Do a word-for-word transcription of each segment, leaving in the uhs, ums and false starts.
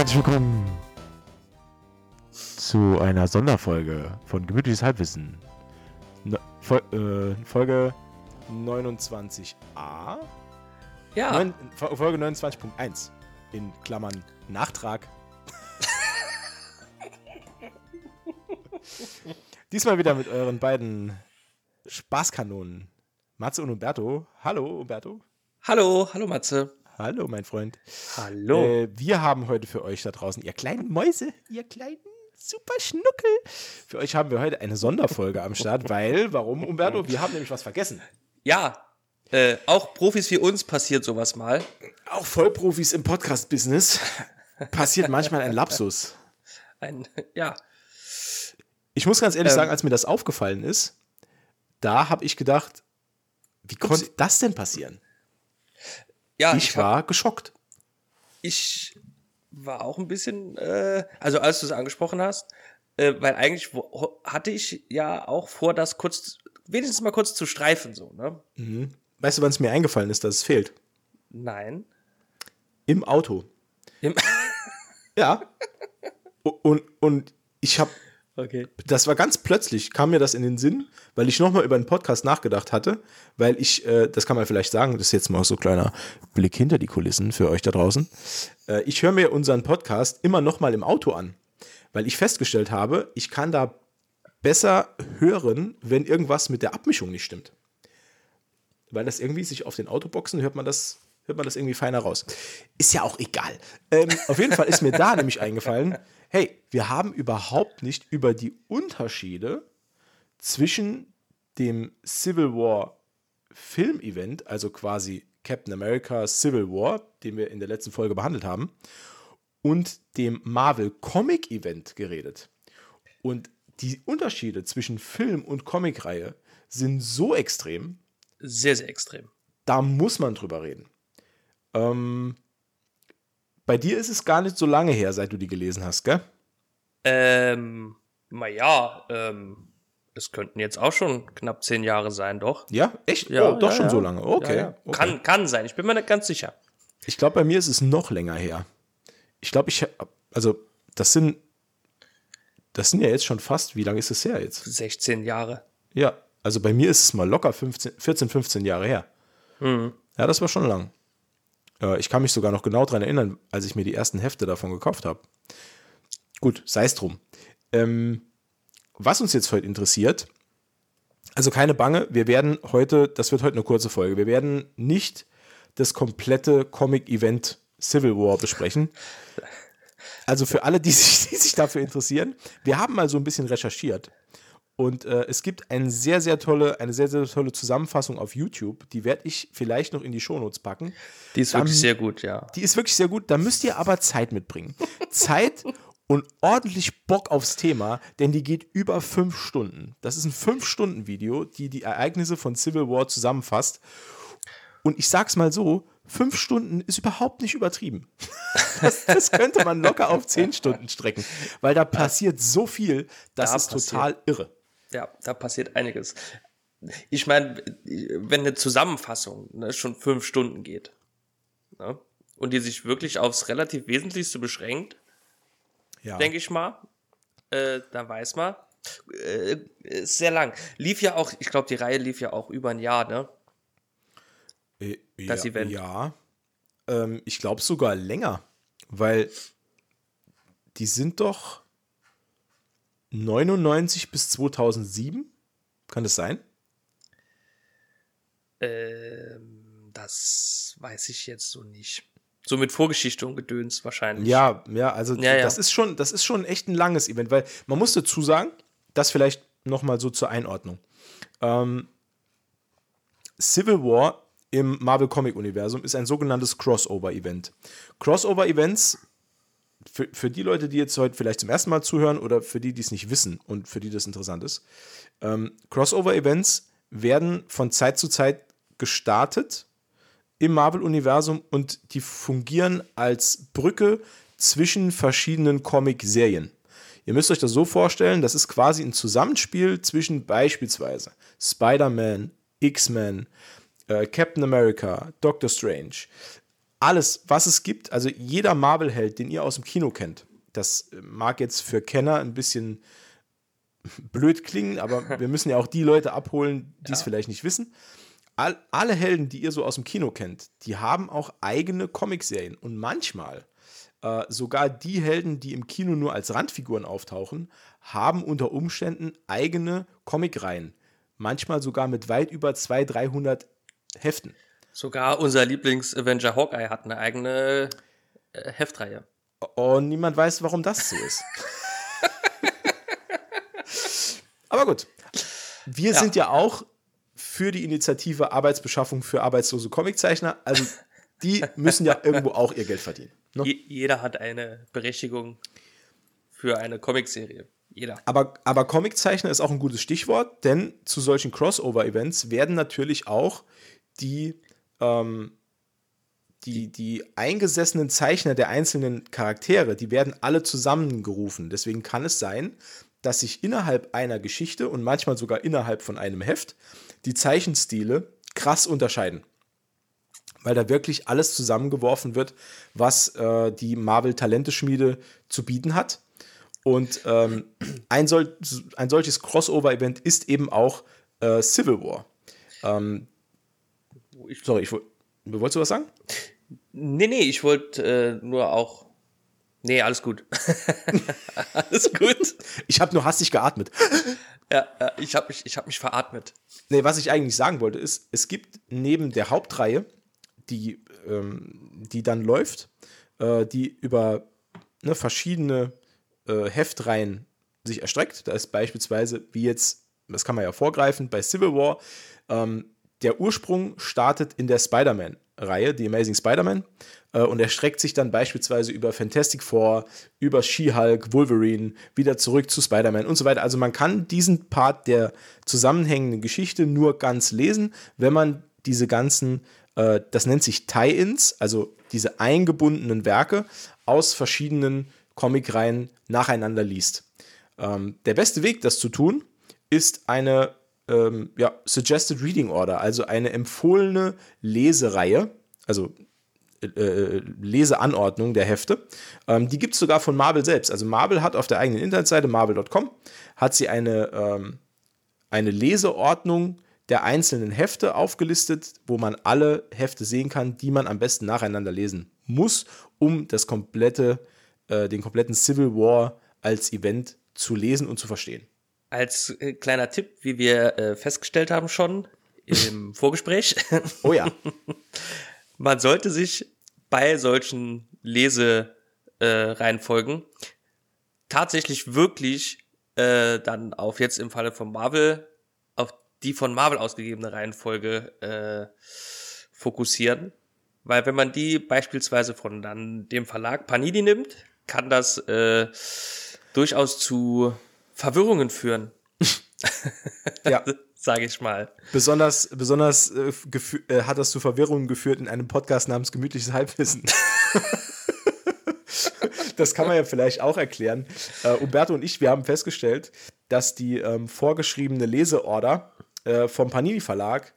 Herzlich willkommen zu einer Sonderfolge von Gemütliches Halbwissen. Ne, Fol- äh, Folge neunundzwanzig a. Ja. Neun, Folge neunundzwanzig Punkt eins. In Klammern Nachtrag. Diesmal wieder mit euren beiden Spaßkanonen. Matze und Umberto. Hallo, Umberto. Hallo, hallo Matze. Hallo, mein Freund. Hallo. Äh, wir haben heute für euch da draußen, ihr kleinen Mäuse, ihr kleinen super Schnuckel. Für euch haben wir heute eine Sonderfolge am Start, weil, warum, Umberto? Wir haben nämlich was vergessen. Ja, äh, auch Profis wie uns passiert sowas mal. Auch Vollprofis im Podcast-Business passiert manchmal ein Lapsus. Ein, ja. Ich muss ganz ehrlich Ähm. sagen, als mir das aufgefallen ist, da habe ich gedacht, wie konnte Ups. das denn passieren? Ja, ich ich hab, war geschockt. Ich war auch ein bisschen, äh, also als du es angesprochen hast, äh, weil eigentlich wo, hatte ich ja auch vor, das kurz, wenigstens mal kurz zu streifen, so, ne? Mhm. Weißt du, wann es mir eingefallen ist, dass es fehlt? Nein. Im Auto. Im Ja. Und, und ich habe okay. Das war ganz plötzlich, kam mir das in den Sinn, weil ich nochmal über den Podcast nachgedacht hatte, weil ich, äh, das kann man vielleicht sagen, das ist jetzt mal so ein kleiner Blick hinter die Kulissen für euch da draußen. Äh, ich höre mir unseren Podcast immer nochmal im Auto an, weil ich festgestellt habe, ich kann da besser hören, wenn irgendwas mit der Abmischung nicht stimmt. Weil das irgendwie sich auf den Autoboxen hört man das, hört man das irgendwie feiner raus. Ist ja auch egal. Ähm, auf jeden Fall ist mir da nämlich eingefallen, hey, wir haben überhaupt nicht über die Unterschiede zwischen dem Civil War Film-Event, also quasi Captain America Civil War, den wir in der letzten Folge behandelt haben, und dem Marvel Comic Event geredet. Und die Unterschiede zwischen Film und Comicreihe sind so extrem, Sehr, sehr extrem. da muss man drüber reden. Ähm, bei dir ist es gar nicht so lange her, seit du die gelesen hast, gell? Ähm, naja, ähm, es könnten jetzt auch schon knapp zehn Jahre sein, doch. Ja, echt? Ja, oh, doch ja, schon ja. so lange. Okay. Ja, ja. okay. Kann, kann sein, ich bin mir nicht ganz sicher. Ich glaube, bei mir ist es noch länger her. Ich glaube, ich, also, das sind, das sind ja jetzt schon fast, wie lange ist es her jetzt? sechzehn Jahre. Ja, also bei mir ist es mal locker fünfzehn, vierzehn, fünfzehn Jahre her. Mhm. Ja, das war schon lang. Äh, ich kann mich sogar noch genau daran erinnern, als ich mir die ersten Hefte davon gekauft habe. Gut, sei es drum. Ähm, was uns jetzt heute interessiert, also keine Bange, wir werden heute, das wird heute eine kurze Folge, wir werden nicht das komplette Comic-Event Civil War besprechen. Also für alle, die sich, die sich dafür interessieren, wir haben mal so ein bisschen recherchiert. Und äh, es gibt eine sehr, sehr tolle, eine sehr, sehr tolle Zusammenfassung auf YouTube. Die werde ich vielleicht noch in die Shownotes packen. Die ist Dann, wirklich sehr gut, ja. Die ist wirklich sehr gut. Da müsst ihr aber Zeit mitbringen. Zeit und ordentlich Bock aufs Thema, denn die geht über fünf Stunden. Das ist ein fünf-Stunden-Video, die die Ereignisse von Civil War zusammenfasst. Und ich sag's mal so, fünf Stunden ist überhaupt nicht übertrieben. Das, das könnte man locker auf zehn Stunden strecken, weil da passiert so viel, das Da ist passiert. total irre. Ja, da passiert einiges. Ich meine, wenn eine Zusammenfassung ne, schon fünf Stunden geht, ne, und die sich wirklich aufs relativ Wesentlichste beschränkt, Ja. denke ich mal, äh, dann weiß man, äh, ist sehr lang. Lief ja auch, ich glaube, die Reihe lief ja auch über ein Jahr, ne? Äh, Das ja, Event. Ja, ähm, ich glaube sogar länger, weil die sind doch neunundneunzig bis zweitausendsieben, kann das sein? Ähm, das weiß ich jetzt so nicht. So mit Vorgeschichte und Gedöns wahrscheinlich. Ja, ja, also Ja, ja. das ist schon, das ist schon echt ein langes Event, weil man muss dazu sagen, das vielleicht nochmal so zur Einordnung. Ähm, Civil War im Marvel Comic Universum ist ein sogenanntes Crossover-Event. Crossover-Events, für, für die Leute, die jetzt heute vielleicht zum ersten Mal zuhören oder für die, die es nicht wissen und für die das interessant ist, ähm, Crossover-Events werden von Zeit zu Zeit gestartet im Marvel-Universum und die fungieren als Brücke zwischen verschiedenen Comic-Serien. Ihr müsst euch das so vorstellen, das ist quasi ein Zusammenspiel zwischen beispielsweise Spider-Man, X-Men, äh, Captain America, Doctor Strange, alles, was es gibt, also jeder Marvel-Held, den ihr aus dem Kino kennt, das mag jetzt für Kenner ein bisschen blöd klingen, aber wir müssen ja auch die Leute abholen, die es ja. vielleicht nicht wissen. All, alle Helden, die ihr so aus dem Kino kennt, die haben auch eigene Comicserien. Und manchmal, äh, sogar die Helden, die im Kino nur als Randfiguren auftauchen, haben unter Umständen eigene Comicreihen. Manchmal sogar mit weit über zweihundert, dreihundert Heften. Sogar unser Lieblings-Avenger Hawkeye hat eine eigene äh, Heftreihe. Und niemand weiß, warum das so ist. Aber gut, wir ja. sind ja auch für die Initiative Arbeitsbeschaffung für arbeitslose Comiczeichner. Also die müssen ja irgendwo auch ihr Geld verdienen. Ne? Je- jeder hat eine Berechtigung für eine Comicserie. Jeder. Aber, aber Comiczeichner ist auch ein gutes Stichwort, denn zu solchen Crossover-Events werden natürlich auch die, ähm, die, die eingesessenen Zeichner der einzelnen Charaktere, die werden alle zusammengerufen. Deswegen kann es sein, dass sich innerhalb einer Geschichte und manchmal sogar innerhalb von einem Heft die Zeichenstile krass unterscheiden. Weil da wirklich alles zusammengeworfen wird, was äh, die Marvel-Talenteschmiede zu bieten hat. Und ähm, ein, sol- ein solches Crossover-Event ist eben auch äh, Civil War. Ähm, sorry, ich, wolltest du was sagen? Nee, nee, ich wollte äh, nur auch Nee, alles gut. Alles gut. Ich habe nur hastig geatmet. Ja, ja ich habe mich, ich hab mich veratmet. Nee, was ich eigentlich sagen wollte, ist, es gibt neben der Hauptreihe, die, ähm, die dann läuft, äh, die über ne, verschiedene äh, Heftreihen sich erstreckt. Da ist beispielsweise, wie jetzt, das kann man ja vorgreifen, bei Civil War, ähm, der Ursprung startet in der Spider-Man-Reihe, die Amazing Spider-Man, äh, und erstreckt sich dann beispielsweise über Fantastic Four, über She-Hulk, Wolverine, wieder zurück zu Spider-Man und so weiter. Also man kann diesen Part der zusammenhängenden Geschichte nur ganz lesen, wenn man diese ganzen, äh, das nennt sich Tie-Ins, also diese eingebundenen Werke aus verschiedenen Comicreihen nacheinander liest. Ähm, der beste Weg, das zu tun, ist eine ähm, ja, Suggested Reading Order, also eine empfohlene Lesereihe, also äh, Leseanordnung der Hefte. Ähm, die gibt es sogar von Marvel selbst. Also Marvel hat auf der eigenen Internetseite marvel punkt com hat sie eine, ähm, eine Leseordnung der einzelnen Hefte aufgelistet, wo man alle Hefte sehen kann, die man am besten nacheinander lesen muss, um das komplette, äh, den kompletten Civil War als Event zu lesen und zu verstehen. Als äh, kleiner Tipp, wie wir äh, festgestellt haben schon im Vorgespräch. Oh ja. Man sollte sich bei solchen Lesereihenfolgen äh, tatsächlich wirklich äh, dann auf jetzt im Falle von Marvel auf die von Marvel ausgegebene Reihenfolge äh, fokussieren. Weil wenn man die beispielsweise von dann dem Verlag Panini nimmt, kann das äh, durchaus zu Verwirrungen führen. Ja. Sage ich mal. Besonders, besonders äh, gefü- äh, hat das zu Verwirrungen geführt in einem Podcast namens Gemütliches Halbwissen. Das kann man ja vielleicht auch erklären. Äh, Umberto und ich, wir haben festgestellt, dass die ähm, vorgeschriebene Leseorder äh, vom Panini Verlag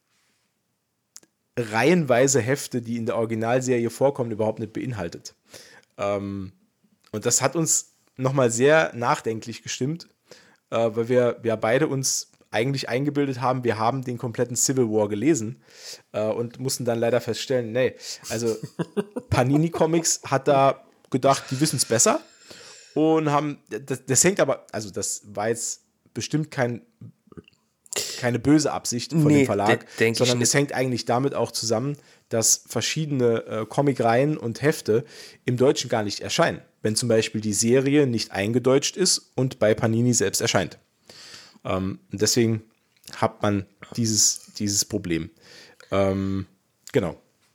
reihenweise Hefte, die in der Originalserie vorkommen, überhaupt nicht beinhaltet. Ähm, und das hat uns nochmal sehr nachdenklich gestimmt, äh, weil wir, wir beide uns eigentlich eingebildet haben, wir haben den kompletten Civil War gelesen äh, und mussten dann leider feststellen, nee, also Panini Comics hat da gedacht, die wissen es besser und haben, das, das hängt aber, also das war jetzt bestimmt kein, keine böse Absicht von nee, dem Verlag, de- sondern es hängt eigentlich damit auch zusammen, dass verschiedene äh, Comicreihen und Hefte im Deutschen gar nicht erscheinen, wenn zum Beispiel die Serie nicht eingedeutscht ist und bei Panini selbst erscheint. Ähm, und deswegen hat man dieses, dieses Problem. Ähm, genau.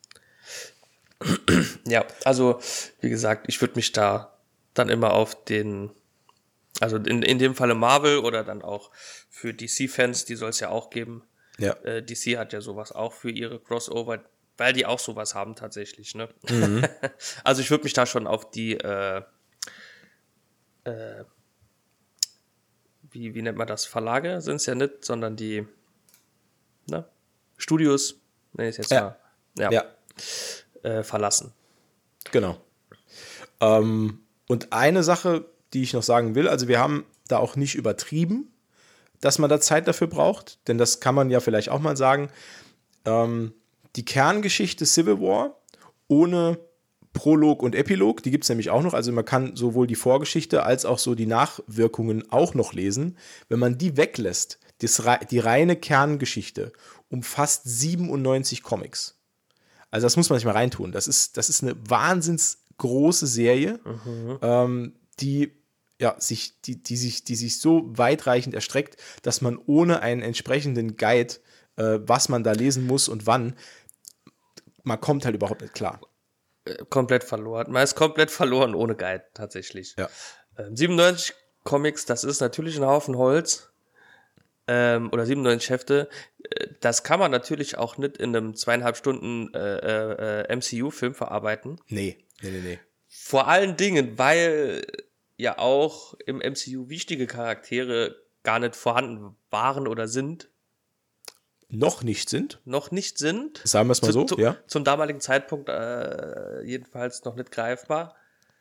Ja, also wie gesagt, ich würde mich da dann immer auf den, also in, in dem Falle Marvel oder dann auch für D C-Fans, die soll es ja auch geben. Ja. Äh, D C hat ja sowas auch für ihre Crossover, weil die auch sowas haben tatsächlich, ne? Mhm. Also ich würde mich da schon auf die äh, äh, wie, wie nennt man das? Verlage sind es ja nicht, sondern die ne? Studios, nenne ich es jetzt Ja. mal. Ja. Ja. äh, verlassen. Genau. Ähm, und eine Sache, die ich noch sagen will, also wir haben da auch nicht übertrieben, dass man da Zeit dafür braucht, denn das kann man ja vielleicht auch mal sagen. Ähm, die Kerngeschichte Civil War ohne Prolog und Epilog, die gibt es nämlich auch noch, also man kann sowohl die Vorgeschichte als auch so die Nachwirkungen auch noch lesen. Wenn man die weglässt, das, die reine Kerngeschichte umfasst siebenundneunzig Comics. Also das muss man sich mal reintun. Das ist, das ist eine wahnsinns große Serie, mhm. ähm, die, ja, sich, die, die, sich, die sich so weitreichend erstreckt, dass man ohne einen entsprechenden Guide, äh, was man da lesen muss und wann, man kommt halt überhaupt nicht klar. Komplett verloren. Man ist komplett verloren ohne Guide, tatsächlich. Ja. Ähm, siebenundneunzig Comics, das ist natürlich ein Haufen Holz. Ähm, oder siebenundneunzig Hefte. Das kann man natürlich auch nicht in einem zweieinhalb Stunden äh, äh, M C U-Film verarbeiten. Nee, nee, nee, nee. Vor allen Dingen, weil ja auch im M C U wichtige Charaktere gar nicht vorhanden waren oder sind. Noch nicht sind. Noch nicht sind. Sagen wir es mal zu, so, zu, ja. Zum damaligen Zeitpunkt äh, jedenfalls noch nicht greifbar.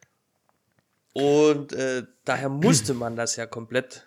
Und äh, daher musste man das ja komplett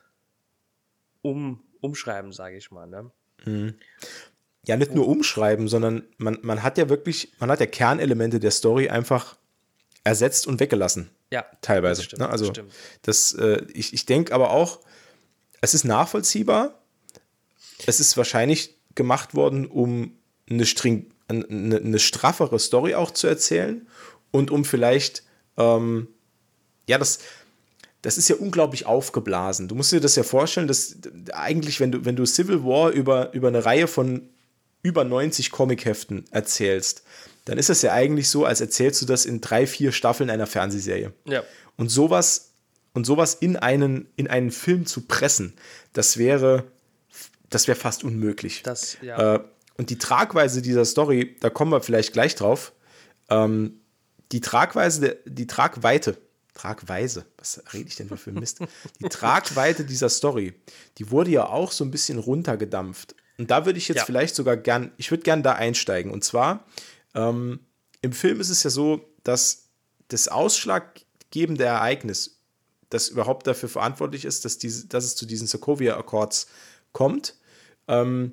um, umschreiben, sage ich mal. Ne? Mhm. Ja, nicht nur umschreiben, sondern man, man hat ja wirklich, man hat ja Kernelemente der Story einfach ersetzt und weggelassen. Ja, teilweise. Das stimmt, ne? Also das stimmt. Das, äh, ich, ich denke aber auch, es ist nachvollziehbar. Es ist wahrscheinlich gemacht worden, um eine, string, eine, eine straffere Story auch zu erzählen und um vielleicht, ähm, ja, das, das ist ja unglaublich aufgeblasen. Du musst dir das ja vorstellen, dass eigentlich, wenn du, wenn du Civil War über, über eine Reihe von über neunzig Comicheften erzählst, dann ist es ja eigentlich so, als erzählst du das in drei, vier Staffeln einer Fernsehserie. Ja. Und sowas, und sowas in einen, in einen Film zu pressen, das wäre, das wäre fast unmöglich. Das, ja. Äh, und die Tragweise dieser Story, da kommen wir vielleicht gleich drauf, ähm, die Tragweise, die Tragweite, Tragweise, was rede ich denn für Mist? Die Tragweite dieser Story, die wurde ja auch so ein bisschen runtergedampft. Und da würde ich jetzt ja. vielleicht sogar gern, ich würde gern da einsteigen. Und zwar, ähm, im Film ist es ja so, dass das ausschlaggebende Ereignis, das überhaupt dafür verantwortlich ist, dass, diese, dass es zu diesen Sokovia Accords kommt, ähm,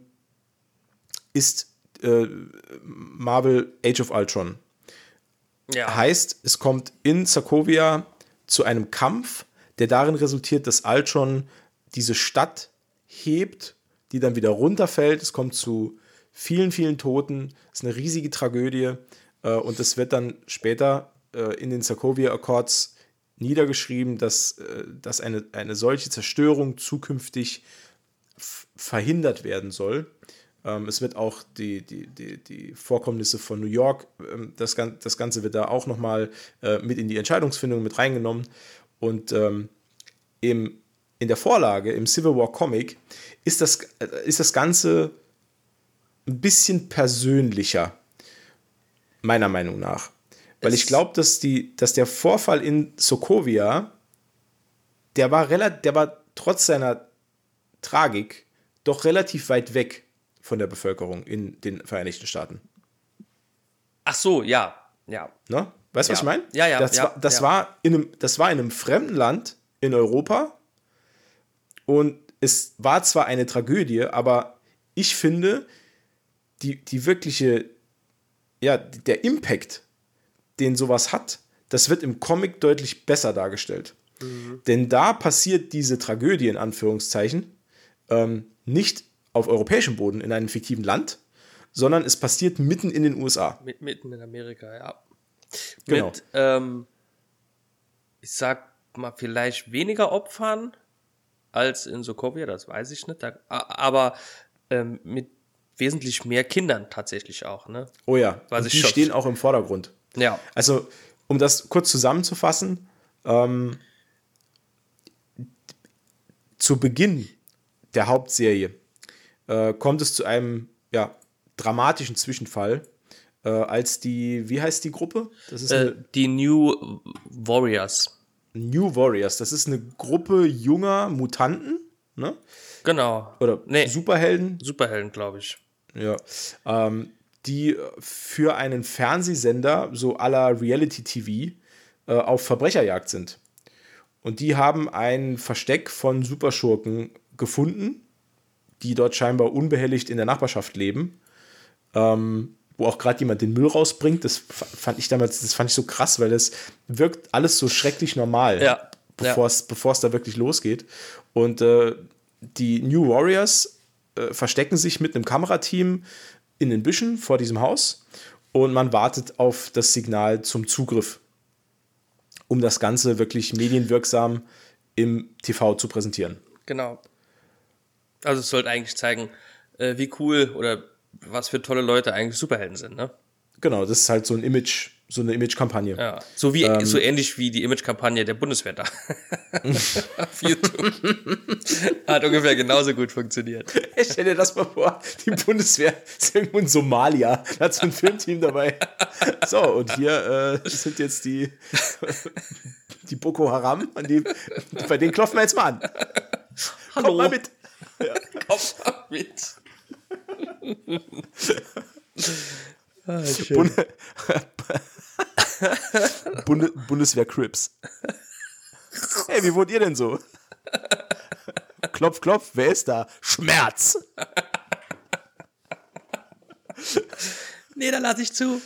ist äh, Marvel Age of Ultron. Ja. Heißt, es kommt in Sokovia zu einem Kampf, der darin resultiert, dass Ultron diese Stadt hebt, die dann wieder runterfällt. Es kommt zu vielen, vielen Toten. Es ist eine riesige Tragödie. Äh, und es wird dann später äh, in den Sokovia Accords niedergeschrieben, dass, äh, dass eine, eine solche Zerstörung zukünftig f- verhindert werden soll. Ähm, es wird auch die, die, die, die Vorkommnisse von New York, ähm, das, das Ganze wird da auch nochmal äh, mit in die Entscheidungsfindung mit reingenommen. Und ähm, im, in der Vorlage, im Civil War Comic, ist das, äh, ist das Ganze ein bisschen persönlicher, meiner Meinung nach. Weil es ich glaube, dass, dass der Vorfall in Sokovia, der war, rela- der war trotz seiner Tragik doch relativ weit weg von der Bevölkerung in den Vereinigten Staaten. Ach so, ja, ja. Ne? Weißt du, ja. was ich meine? Ja, ja. Das, ja, war, das, ja. war in einem, das war in einem fremden Land in Europa und es war zwar eine Tragödie, aber ich finde, die, die wirkliche, ja, der Impact, den sowas hat, das wird im Comic deutlich besser dargestellt. Mhm. Denn da passiert diese Tragödie, in Anführungszeichen, ähm, nicht auf europäischem Boden in einem fiktiven Land, sondern es passiert mitten in den U S A. Mit, mitten in Amerika, ja. Genau. Mit, ähm, ich sag mal, vielleicht weniger Opfern als in Sokovia, das weiß ich nicht, da, aber ähm, mit wesentlich mehr Kindern tatsächlich auch, ne? Oh ja, Was und ich die schon stehen auch im Vordergrund. Ja. Also, um das kurz zusammenzufassen, ähm, zu Beginn der Hauptserie äh, kommt es zu einem ja, dramatischen Zwischenfall, äh, als die, wie heißt die Gruppe? Das ist äh, die New Warriors. New Warriors, das ist eine Gruppe junger Mutanten, ne? Genau. Oder nee. Superhelden. Superhelden, glaube ich. Ja. Ähm, die für einen Fernsehsender, so à la Reality-T V, äh, auf Verbrecherjagd sind. Und die haben ein Versteck von Superschurken gefunden, die dort scheinbar unbehelligt in der Nachbarschaft leben, ähm, wo auch gerade jemand den Müll rausbringt. Das fand ich damals, das fand ich so krass, weil das wirkt alles so schrecklich normal, ja, bevor es bevor es da wirklich losgeht. Und äh, die New Warriors äh, verstecken sich mit einem Kamerateam in den Büschen vor diesem Haus und man wartet auf das Signal zum Zugriff, um das Ganze wirklich medienwirksam im T V zu präsentieren. Genau. Also es sollte eigentlich zeigen, äh, wie cool oder was für tolle Leute eigentlich Superhelden sind, ne? Genau, das ist halt so ein Image, so eine Image-Kampagne. Ja, so wie Ähm, so ähnlich wie die Image-Kampagne der Bundeswehr da. Auf YouTube. Hat ungefähr genauso gut funktioniert. Ich stell dir das mal vor, die Bundeswehr ist irgendwo in Somalia, da hat so ein Filmteam dabei. So, und hier äh, sind jetzt die, die Boko Haram, an die, bei denen klopfen wir jetzt mal an. Hallo. Kommt mal mit. Ja. Komm mal mit. Ah, schön. Bund Bunde Bundeswehr Crips. Hey, wie wohnt ihr denn so? Klopf, klopf, wer ist da? Schmerz! Nee, da lasse ich zu.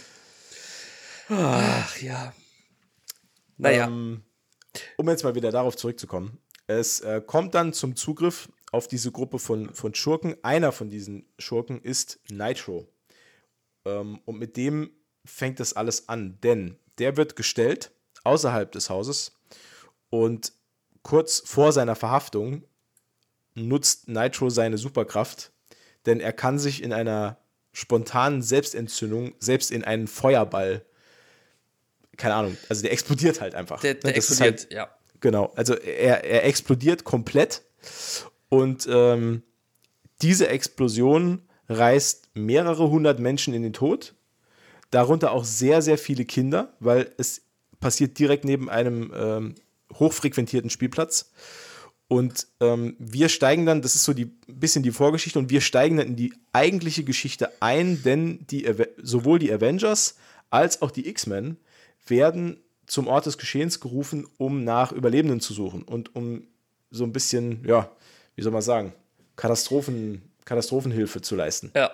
Ach ja. Naja. Ähm, um jetzt mal wieder darauf zurückzukommen. Es äh, kommt dann zum Zugriff auf diese Gruppe von, von Schurken. Einer von diesen Schurken ist Nitro. Ähm, und mit dem fängt das alles an, denn der wird gestellt außerhalb des Hauses und kurz vor seiner Verhaftung nutzt Nitro seine Superkraft, denn er kann sich in einer spontanen Selbstentzündung selbst in einen Feuerball, keine Ahnung, also der explodiert halt einfach. Der, der das explodiert, ist halt, ja. Genau, also er, er explodiert komplett und ähm, diese Explosion reißt mehrere hundert Menschen in den Tod, darunter auch sehr, sehr viele Kinder, weil es passiert direkt neben einem ähm, hochfrequentierten Spielplatz. Und ähm, wir steigen dann, das ist so die bisschen die Vorgeschichte, und wir steigen dann in die eigentliche Geschichte ein, denn die, sowohl die Avengers als auch die X-Men werden zum Ort des Geschehens gerufen, um nach Überlebenden zu suchen und um so ein bisschen, ja, wie soll man sagen, Katastrophen, Katastrophenhilfe zu leisten. Ja.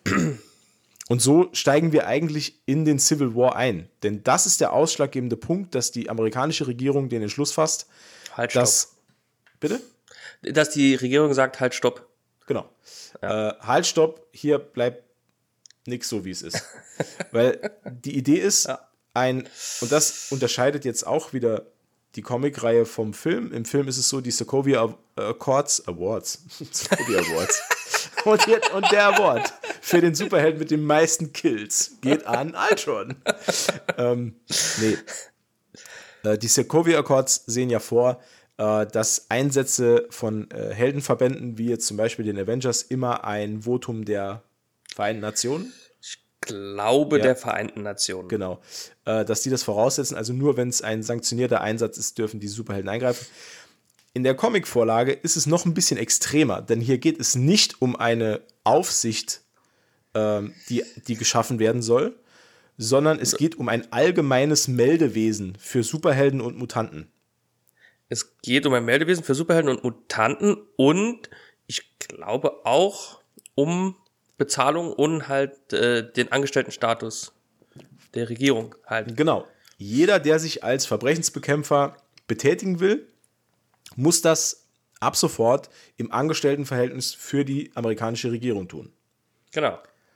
Und so steigen wir eigentlich in den Civil War ein. Denn das ist der ausschlaggebende Punkt, dass die amerikanische Regierung den Entschluss fasst, Halt, stopp. dass... Bitte? Dass die Regierung sagt, halt, stopp. Genau. Ja. Äh, halt, stopp, hier bleibt nichts so, wie es ist. Weil die Idee ist, ja. ein, und das unterscheidet jetzt auch wieder die Comicreihe vom Film. Im Film ist es so, die Sokovia Accords, Awards, Sokovia Awards. und, hier, und der Award für den Superhelden mit den meisten Kills geht an Ultron. ähm, nee. Äh, die Sokovia Accords sehen ja vor, äh, dass Einsätze von äh, Heldenverbänden, wie jetzt zum Beispiel den Avengers, immer ein Votum der Vereinten Nationen. Ich glaube, ja. der Vereinten Nationen. Genau. Äh, dass die das voraussetzen, also nur wenn es ein sanktionierter Einsatz ist, dürfen die Superhelden eingreifen. In der Comicvorlage ist es noch ein bisschen extremer, denn hier geht es nicht um eine Aufsicht, ähm, die, die geschaffen werden soll, sondern es geht um ein allgemeines Meldewesen für Superhelden und Mutanten. Es geht um ein Meldewesen für Superhelden und Mutanten und ich glaube auch um Bezahlung und halt äh, den Angestelltenstatus der Regierung halt. Genau. Jeder, der sich als Verbrechensbekämpfer betätigen will, muss das ab sofort im Angestelltenverhältnis für die amerikanische Regierung tun. Genau.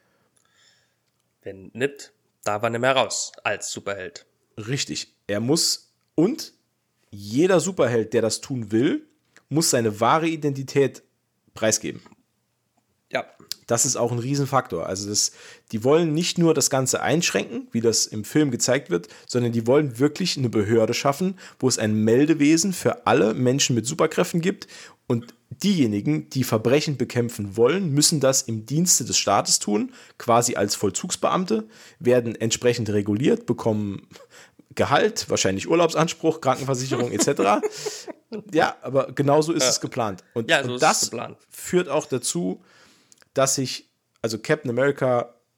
Wenn nicht, da war nicht mehr raus als Superheld. Richtig. Er muss, und jeder Superheld, der das tun will, muss seine wahre Identität preisgeben. Ja. Das ist auch ein Riesenfaktor. Also das, die wollen nicht nur das Ganze einschränken, wie das im Film gezeigt wird, sondern die wollen wirklich eine Behörde schaffen, wo es ein Meldewesen für alle Menschen mit Superkräften gibt. Und diejenigen, die Verbrechen bekämpfen wollen, müssen das im Dienste des Staates tun, quasi als Vollzugsbeamte, werden entsprechend reguliert, bekommen Gehalt, wahrscheinlich Urlaubsanspruch, Krankenversicherung et cetera. Ja, aber genauso ist ja. es geplant. Und, ja, so und ist das es geplant. führt auch dazu, dass sich, also Captain America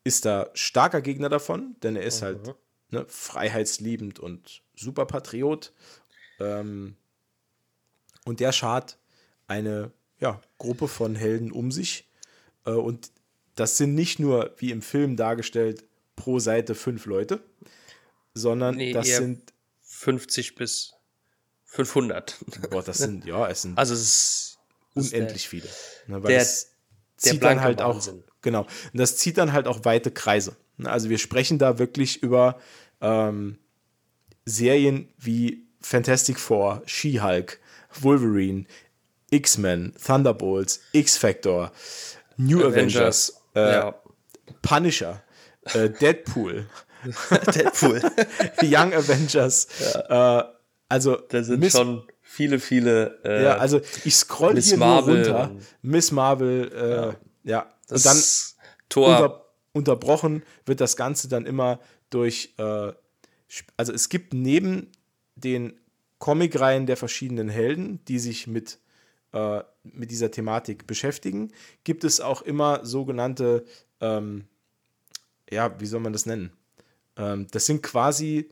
ist da starker Gegner davon, denn er ist Mhm. halt ne, freiheitsliebend und Superpatriot. Ähm, und der schart eine ja, Gruppe von Helden um sich. Äh, und das sind nicht nur, wie im Film dargestellt, pro Seite fünf Leute, sondern Nee, das eher sind, fünfzig bis fünfhundert. boah, das sind, ja, es sind Also es ist, es ist unendlich viele. Ne, weil der- es der zieht dann blanke halt auch, Wahnsinn. genau, und das zieht dann halt auch weite Kreise. Ne, also wir sprechen da wirklich über ähm, Serien wie Fantastic Four, She-Hulk, Wolverine, X-Men, Thunderbolts, X-Factor, New Avengers, Avengers, äh, ja. Punisher, äh, Deadpool, Deadpool. Young Avengers. Äh, also Da sind Miss, schon viele, viele. Äh, ja, also ich scroll Miss hier Marvel nur runter. und- Miss Marvel, äh, ja. das Und dann Tor. unter, unterbrochen wird das Ganze dann immer durch, äh, sp- also es gibt neben den Comicreihen der verschiedenen Helden, die sich mit, äh, mit dieser Thematik beschäftigen, gibt es auch immer sogenannte, ähm, ja, wie soll man das nennen? Ähm, das sind quasi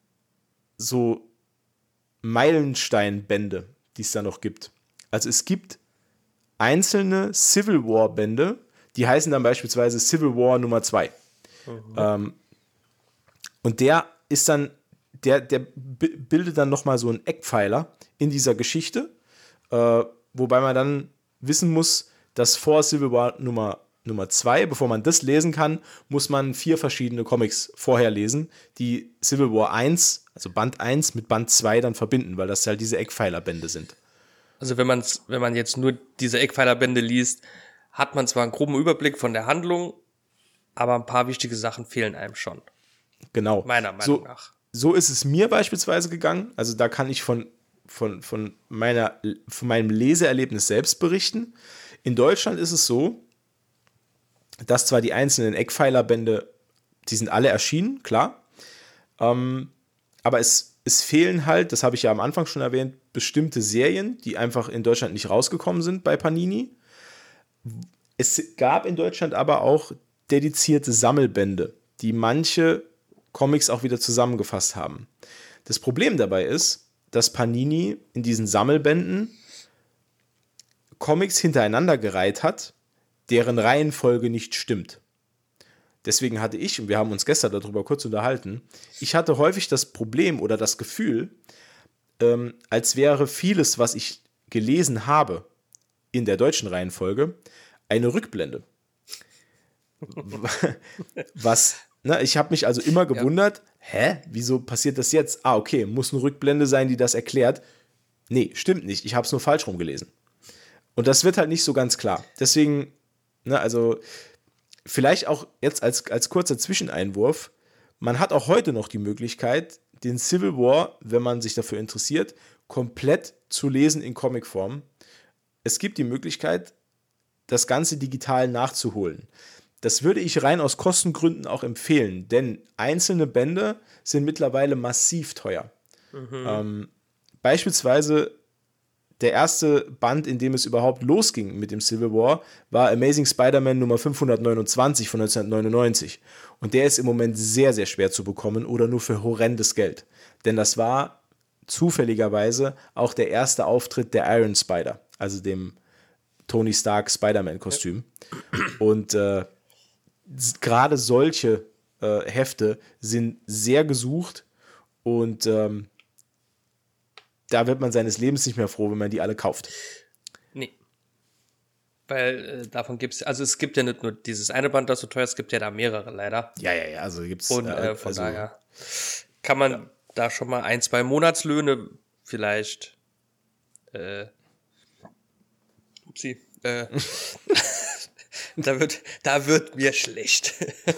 so Meilensteinbände, die es da noch gibt. Also es gibt einzelne Civil War Bände, die heißen dann beispielsweise Civil War Nummer zwei. Ähm, und der ist dann, der, der bi- bildet dann nochmal so einen Eckpfeiler in dieser Geschichte, äh, wobei man dann wissen muss, dass vor Civil War Nummer Nummer zwei, bevor man das lesen kann, muss man vier verschiedene Comics vorher lesen, die Civil War eins, also Band eins mit Band zwei dann verbinden, weil das halt diese Eckpfeilerbände sind. Also wenn man's, wenn man jetzt nur diese Eckpfeilerbände liest, hat man zwar einen groben Überblick von der Handlung, aber ein paar wichtige Sachen fehlen einem schon. Genau. Meiner Meinung so, nach. So ist es mir beispielsweise gegangen. Also da kann ich von, von, von, meiner, von meinem Leseerlebnis selbst berichten. In Deutschland ist es so, dass zwar die einzelnen Eckpfeilerbände, die sind alle erschienen, klar, ähm, aber es, es fehlen halt, das habe ich ja am Anfang schon erwähnt, bestimmte Serien, die einfach in Deutschland nicht rausgekommen sind bei Panini. Es gab in Deutschland aber auch dedizierte Sammelbände, die manche Comics auch wieder zusammengefasst haben. Das Problem dabei ist, dass Panini in diesen Sammelbänden Comics hintereinander gereiht hat, deren Reihenfolge nicht stimmt. Deswegen hatte ich, und wir haben uns gestern darüber kurz unterhalten, ich hatte häufig das Problem oder das Gefühl, ähm, als wäre vieles, was ich gelesen habe, in der deutschen Reihenfolge, eine Rückblende. Was, ne, ich habe mich also immer gewundert, ja. Hä, wieso passiert das jetzt? Ah, okay, muss eine Rückblende sein, die das erklärt. Nee, stimmt nicht, ich habe es nur falsch rumgelesen. Und das wird halt nicht so ganz klar. Deswegen, ne, also vielleicht auch jetzt als, als kurzer Zwischeneinwurf, man hat auch heute noch die Möglichkeit, den Civil War, wenn man sich dafür interessiert, komplett zu lesen in Comicform. Es gibt die Möglichkeit, das Ganze digital nachzuholen. Das würde ich rein aus Kostengründen auch empfehlen, denn einzelne Bände sind mittlerweile massiv teuer. Mhm. Ähm, beispielsweise der erste Band, in dem es überhaupt losging mit dem Civil War, war Amazing Spider-Man Nummer fünfhundertneunundzwanzig von neunzehnhundertneunundneunzig. Und der ist im Moment sehr, sehr schwer zu bekommen oder nur für horrendes Geld. Denn das war zufälligerweise auch der erste Auftritt der Iron Spider, also dem Tony Stark Spider-Man-Kostüm. Ja. Und äh, gerade solche äh, Hefte sind sehr gesucht und ähm, da wird man seines Lebens nicht mehr froh, wenn man die alle kauft. Nee. Weil äh, davon gibt es, also es gibt ja nicht nur dieses eine Band, das so teuer ist, es gibt ja da mehrere leider. Ja, ja, ja, also gibt es. Und äh, von also, daher kann man ja. da schon mal ein, zwei Monatslöhne vielleicht äh, upsie, äh, da wird, da wird mir schlecht.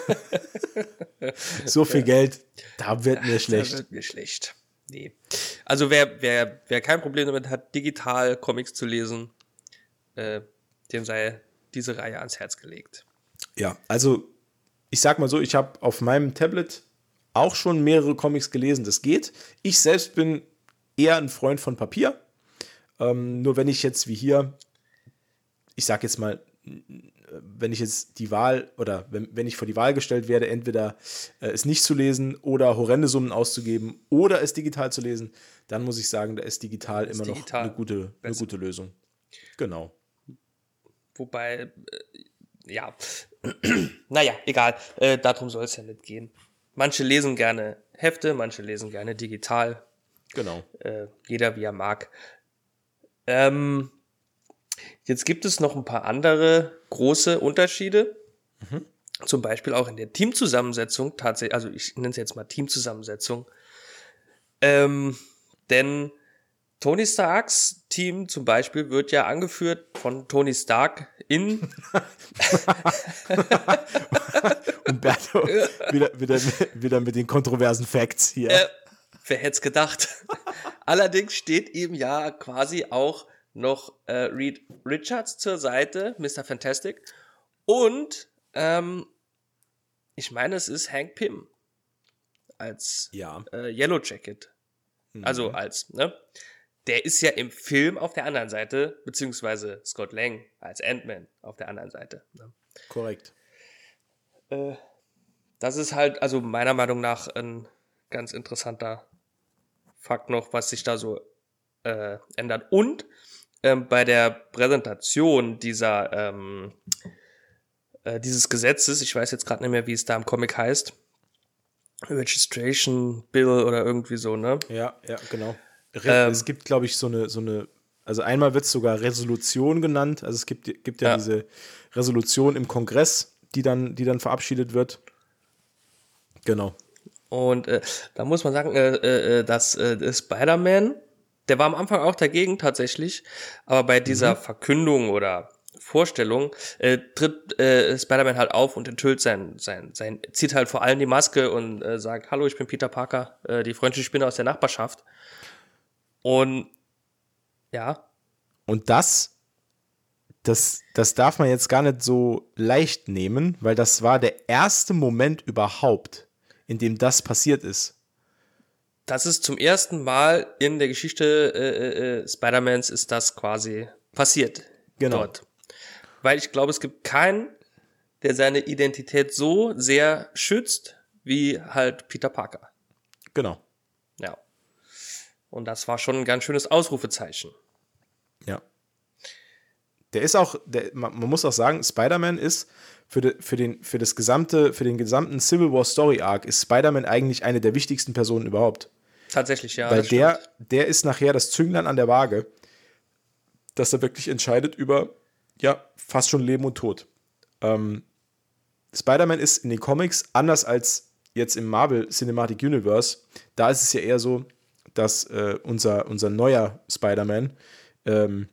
So viel Geld, da wird mir schlecht. Da wird mir schlecht. Nee. Also wer, wer, wer kein Problem damit hat, digital Comics zu lesen, äh, dem sei diese Reihe ans Herz gelegt. Ja, also ich sag mal so, ich habe auf meinem Tablet auch schon mehrere Comics gelesen, das geht. Ich selbst bin eher ein Freund von Papier. Ähm, nur wenn ich jetzt wie hier, ich sag jetzt mal, wenn ich jetzt die Wahl oder wenn, wenn ich vor die Wahl gestellt werde, entweder äh, es nicht zu lesen oder horrende Summen auszugeben oder es digital zu lesen, dann muss ich sagen, da ist digital ist immer digital noch eine gute, eine gute Lösung. Genau. Wobei, äh, ja, naja, egal, äh, darum soll es ja nicht gehen. Manche lesen gerne Hefte, manche lesen gerne digital. Genau. Äh, jeder wie er mag. Ähm, jetzt gibt es noch ein paar andere große Unterschiede. Mhm. Zum Beispiel auch in der Teamzusammensetzung tatsächlich, also ich nenne es jetzt mal Teamzusammensetzung. Ähm, denn Tony Starks Team zum Beispiel wird ja angeführt von Tony Stark in Umberto, wieder, wieder, wieder mit den kontroversen Facts hier. Äh, wer hätte es gedacht? Allerdings steht ihm ja quasi auch noch äh, Reed Richards zur Seite, Mister Fantastic. Und ähm, ich meine, es ist Hank Pym als ja. äh, Yellow Jacket. Mhm. Also als, ne? Der ist ja im Film auf der anderen Seite, beziehungsweise Scott Lang als Ant-Man auf der anderen Seite. Ne? Korrekt. Äh, das ist halt, also meiner Meinung nach ein ganz interessanter Fakt noch, was sich da so äh, ändert. Und ähm, bei der Präsentation dieser ähm, äh, dieses Gesetzes, ich weiß jetzt gerade nicht mehr, wie es da im Comic heißt, Registration Bill oder irgendwie so, ne? Ja, ja, genau. Re- ähm, es gibt, glaube ich, so eine, so eine, also einmal wird es sogar Resolution genannt, also es gibt, gibt ja, ja diese Resolution im Kongress, die dann, die dann verabschiedet wird. Genau. Und äh, da muss man sagen, äh, äh, dass äh, Spider-Man, der war am Anfang auch dagegen tatsächlich, aber bei dieser mhm. Verkündung oder Vorstellung äh, tritt äh, Spider-Man halt auf und enthüllt sein, sein, sein, zieht halt vor allem die Maske und äh, sagt, hallo, ich bin Peter Parker, äh, die freundliche Spinne aus der Nachbarschaft. Und ja. Und das, das, das darf man jetzt gar nicht so leicht nehmen, weil das war der erste Moment überhaupt, in dem das passiert ist. Das ist zum ersten Mal in der Geschichte äh, äh, Spider-Mans ist das quasi passiert. Genau. Dort. Weil ich glaube, es gibt keinen, der seine Identität so sehr schützt, wie halt Peter Parker. Genau. Ja. Und das war schon ein ganz schönes Ausrufezeichen. Ja. Der ist auch, der, man, man muss auch sagen, Spider-Man ist für, de, für, den, für das gesamte, für den gesamten Civil War Story Arc ist Spider-Man eigentlich eine der wichtigsten Personen überhaupt. Tatsächlich, ja. Weil der, der ist nachher das Zünglein an der Waage, dass er wirklich entscheidet über, ja, fast schon Leben und Tod. Ähm, Spider-Man ist in den Comics anders als jetzt im Marvel Cinematic Universe. Da ist es ja eher so, dass äh, unser, unser neuer Spider-Man, ähm,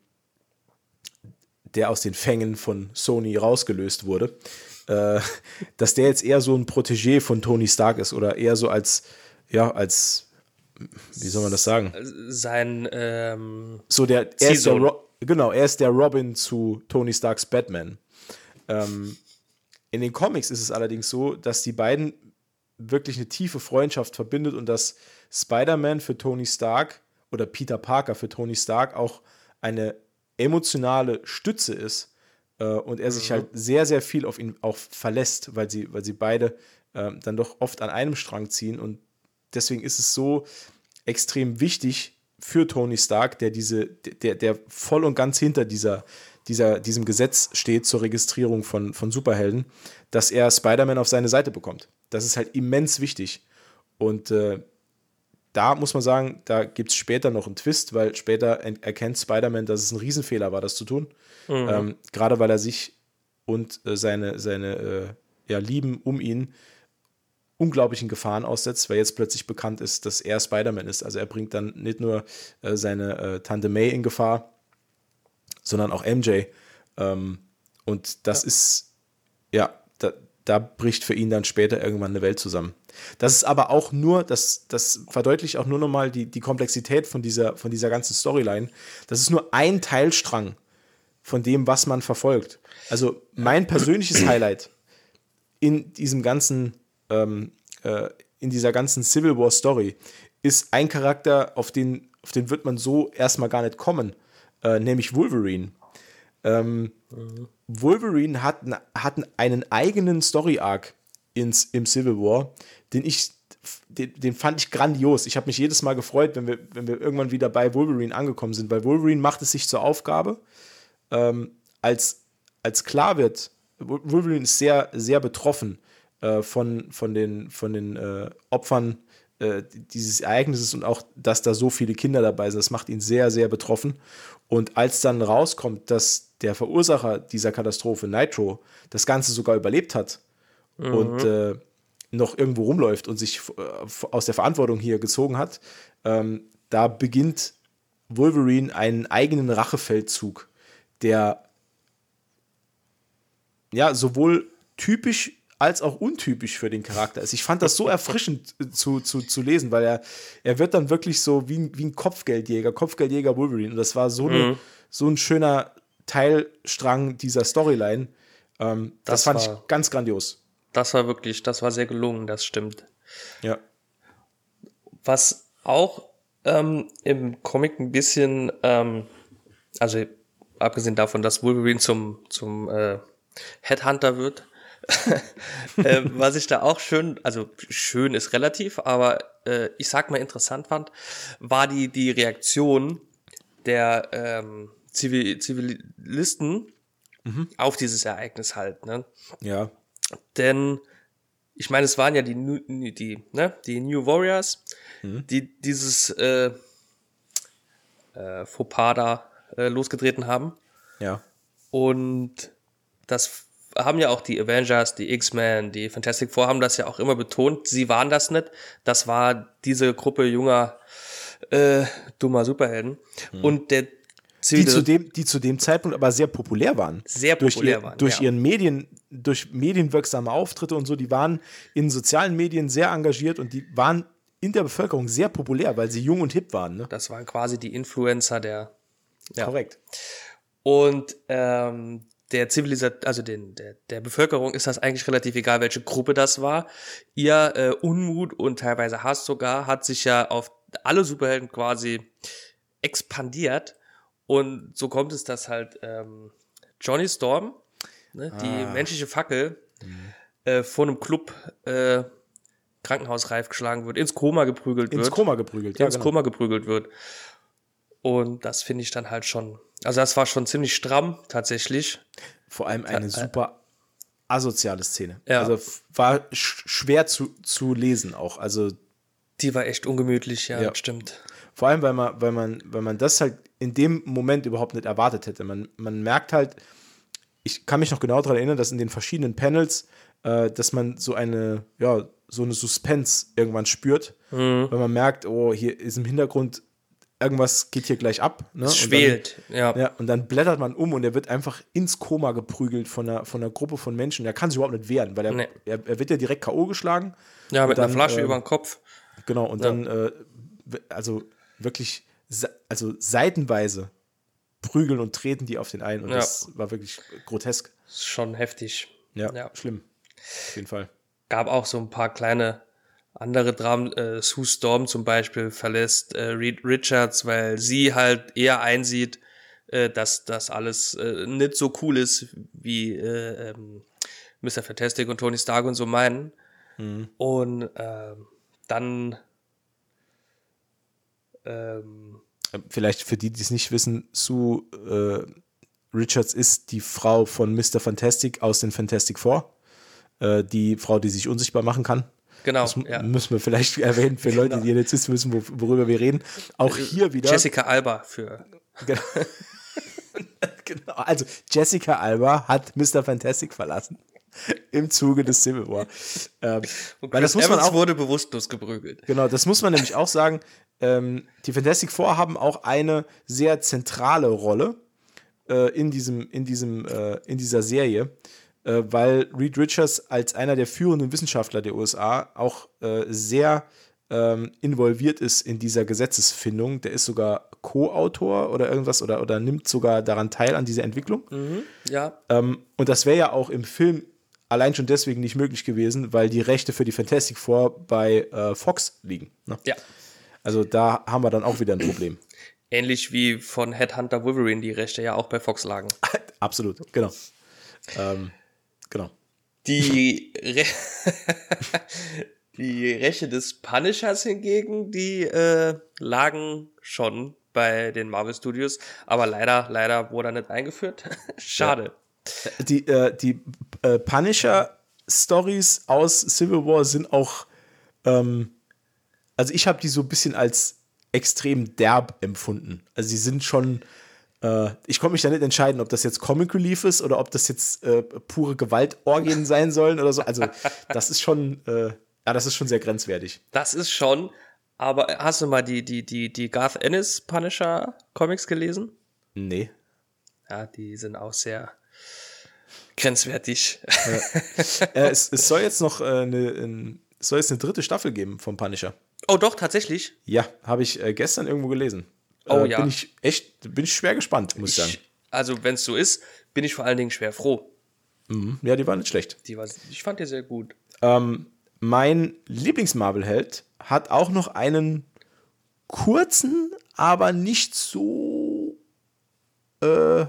der aus den Fängen von Sony rausgelöst wurde, äh, dass der jetzt eher so ein Protégé von Tony Stark ist oder eher so als, ja, als, wie soll man das sagen? Sein, ähm, so der, er ist der Ro- genau, er ist der Robin zu Tony Starks Batman. Ähm, in den Comics ist es allerdings so, dass die beiden wirklich eine tiefe Freundschaft verbindet und dass Spider-Man für Tony Stark oder Peter Parker für Tony Stark auch eine emotionale Stütze ist äh, und er sich mhm. halt sehr, sehr viel auf ihn auch verlässt, weil sie, weil sie beide äh, dann doch oft an einem Strang ziehen und deswegen ist es so extrem wichtig für Tony Stark, der diese, der, der voll und ganz hinter dieser, dieser, diesem Gesetz steht zur Registrierung von, von Superhelden, dass er Spider-Man auf seine Seite bekommt. Das ist halt immens wichtig. Und äh, da muss man sagen, da gibt es später noch einen Twist, weil später erkennt Spider-Man, dass es ein Riesenfehler war, das zu tun. Mhm. Ähm, gerade weil er sich und äh, seine, seine äh, ja, Lieben um ihn unglaublichen Gefahren aussetzt, weil jetzt plötzlich bekannt ist, dass er Spider-Man ist. Also er bringt dann nicht nur äh, seine äh, Tante May in Gefahr, sondern auch M J. Ähm, und das ja. ist, ja, da, da bricht für ihn dann später irgendwann eine Welt zusammen. Das ist aber auch nur, das, das verdeutlicht auch nur nochmal die, die Komplexität von dieser, von dieser ganzen Storyline. Das ist nur ein Teilstrang von dem, was man verfolgt. Also mein persönliches Highlight in diesem ganzen ähm, äh, in dieser ganzen Civil War Story ist ein Charakter, auf den, auf den wird man so erstmal gar nicht kommen, äh, nämlich Wolverine. Ähm, mhm. Wolverine hat, hat einen eigenen Story-Arc ins, im Civil War, den ich, den, den fand ich grandios. Ich habe mich jedes Mal gefreut, wenn wir, wenn wir irgendwann wieder bei Wolverine angekommen sind, weil Wolverine macht es sich zur Aufgabe, ähm, als, als klar wird, Wolverine ist sehr, sehr betroffen äh, von, von den, von den äh, Opfern äh, dieses Ereignisses und auch, dass da so viele Kinder dabei sind. Das macht ihn sehr, sehr betroffen. Und als dann rauskommt, dass der Verursacher dieser Katastrophe, Nitro, das Ganze sogar überlebt hat mhm. und äh, noch irgendwo rumläuft und sich äh, aus der Verantwortung hier gezogen hat, ähm, da beginnt Wolverine einen eigenen Rachefeldzug, der ja sowohl typisch als auch untypisch für den Charakter ist. Ich fand das so erfrischend zu, zu, zu lesen, weil er, er wird dann wirklich so wie ein, wie ein Kopfgeldjäger, Kopfgeldjäger Wolverine. Und das war so, mhm. eine, so ein schöner Teilstrang dieser Storyline. Ähm, das, das fand war, ich ganz grandios. Das war wirklich, das war sehr gelungen, das stimmt. Ja. Was auch ähm, im Comic ein bisschen, ähm, also abgesehen davon, dass Wolverine zum, zum äh, Headhunter wird, äh, was ich da auch schön, also schön ist relativ, aber äh, ich sag mal interessant fand, war die, die Reaktion der ähm, Zivil- Zivilisten mhm. auf dieses Ereignis halt, ne? Ja. Denn ich meine, es waren ja die, die, ne, die New Warriors, mhm. die dieses äh, äh, Fauxpas da äh, losgetreten haben. Ja. Und das haben ja auch die Avengers, die X-Men, die Fantastic Four haben das ja auch immer betont. Sie waren das nicht. Das war diese Gruppe junger, äh, dummer Superhelden. Mhm. Und der Die zu, dem, die zu dem Zeitpunkt aber sehr populär waren. Sehr populär durch ihr, waren, Durch ja. ihren Medien, durch medienwirksame Auftritte und so, die waren in sozialen Medien sehr engagiert und die waren in der Bevölkerung sehr populär, weil sie jung und hip waren. Ne? Das waren quasi die Influencer der... Ja. Korrekt. Und ähm, der Zivilisation, also den, der, der Bevölkerung ist das eigentlich relativ egal, welche Gruppe das war. Ihr äh, Unmut und teilweise Hass sogar hat sich ja auf alle Superhelden quasi expandiert. Und so kommt es, dass halt ähm, Johnny Storm, ne, ah. die menschliche Fackel, mhm. äh, vor einem Club äh, krankenhausreif geschlagen wird, ins Koma geprügelt ins wird. Ins Koma geprügelt, ja, Ins genau. Koma geprügelt wird. Und das finde ich dann halt schon, also das war schon ziemlich stramm, tatsächlich. Vor allem eine Ja, super asoziale Szene. Ja. Also war sch- schwer zu, zu lesen auch. Also die war echt ungemütlich, ja, ja. stimmt. Vor allem, weil man, weil man, weil man das halt in dem Moment überhaupt nicht erwartet hätte. Man, man merkt halt, ich kann mich noch genau daran erinnern, dass in den verschiedenen Panels, äh, dass man so eine, ja, so eine Suspense irgendwann spürt, mhm. weil man merkt, oh, hier ist im Hintergrund irgendwas geht hier gleich ab. Ne? Es schwelt, und dann, ja. ja. Und dann blättert man um und er wird einfach ins Koma geprügelt von einer, von einer Gruppe von Menschen. Er kann sich überhaupt nicht wehren, weil er, nee. er, er wird ja direkt K O geschlagen. Ja, mit dann, einer Flasche äh, über den Kopf. Genau, und ja. dann, äh, also wirklich, also seitenweise prügeln und treten die auf den ein. Und ja. das war wirklich grotesk. Schon heftig. Ja, ja, schlimm. Auf jeden Fall. Gab auch so ein paar kleine andere Dramen, äh, Sue Storm zum Beispiel verlässt äh, Reed Richards, weil sie halt eher einsieht, äh, dass das alles äh, nicht so cool ist, wie äh, ähm, Mister Fantastic und Tony Stark und so meinen. Mhm. Und äh, dann ähm, vielleicht für die, die es nicht wissen, Sue äh, Richards ist die Frau von Mister Fantastic aus den Fantastic Four. Äh, die Frau, die sich unsichtbar machen kann. Genau, das ja. müssen wir vielleicht erwähnen für Leute, genau. die jetzt wissen müssen, worüber wir reden. Auch hier wieder. Jessica Alba für. Genau. genau. Also Jessica Alba hat Mister Fantastic verlassen im Zuge des Civil War. Ähm, Und weil das muss man auch, wurde bewusstlos geprügelt. Genau, das muss man nämlich auch sagen. Ähm, die Fantastic Four haben auch eine sehr zentrale Rolle äh, in diesem, in diesem, äh, in dieser Serie. Äh, weil Reed Richards als einer der führenden Wissenschaftler der U S A auch äh, sehr ähm, involviert ist in dieser Gesetzesfindung. Der ist sogar Co-Autor oder irgendwas oder, oder nimmt sogar daran teil an dieser Entwicklung. Mhm, ja. Ähm, und das wäre ja auch im Film allein schon deswegen nicht möglich gewesen, weil die Rechte für die Fantastic Four bei äh, Fox liegen. Ne? Ja. Also da haben wir dann auch wieder ein Problem. Ähnlich wie von Headhunter Wolverine die Rechte ja auch bei Fox lagen. Absolut, genau. Ähm, genau. Die, Re die Rechte des Punishers hingegen, die äh, lagen schon bei den Marvel Studios, aber leider, leider wurde er nicht eingeführt. Schade. Ja. Die, äh, die äh, Punisher-Stories aus Civil War sind auch, ähm, also ich habe die so ein bisschen als extrem derb empfunden. Also sie sind schon, äh, ich konnte mich da nicht entscheiden, ob das jetzt Comic Relief ist oder ob das jetzt äh, pure Gewaltorgien sein sollen oder so. Also das ist schon, äh, ja, das ist schon sehr grenzwertig. Das ist schon, aber hast du mal die, die, die, die Garth Ennis Punisher Comics gelesen? Nee. Ja, die sind auch sehr grenzwertig. Ja. äh, es, es soll jetzt noch äh, eine, ein, es soll jetzt eine dritte Staffel geben vom Punisher. Oh doch, tatsächlich? Ja, habe ich äh, gestern irgendwo gelesen. Oh äh, ja. Bin ich echt, bin ich schwer gespannt, muss ich sagen. Also wenn es so ist, bin ich vor allen Dingen schwer froh. Mhm. Ja, die war nicht schlecht. Die war, ich fand die sehr gut. Ähm, mein Lieblings-Marvel-Held hat auch noch einen kurzen, aber nicht so äh,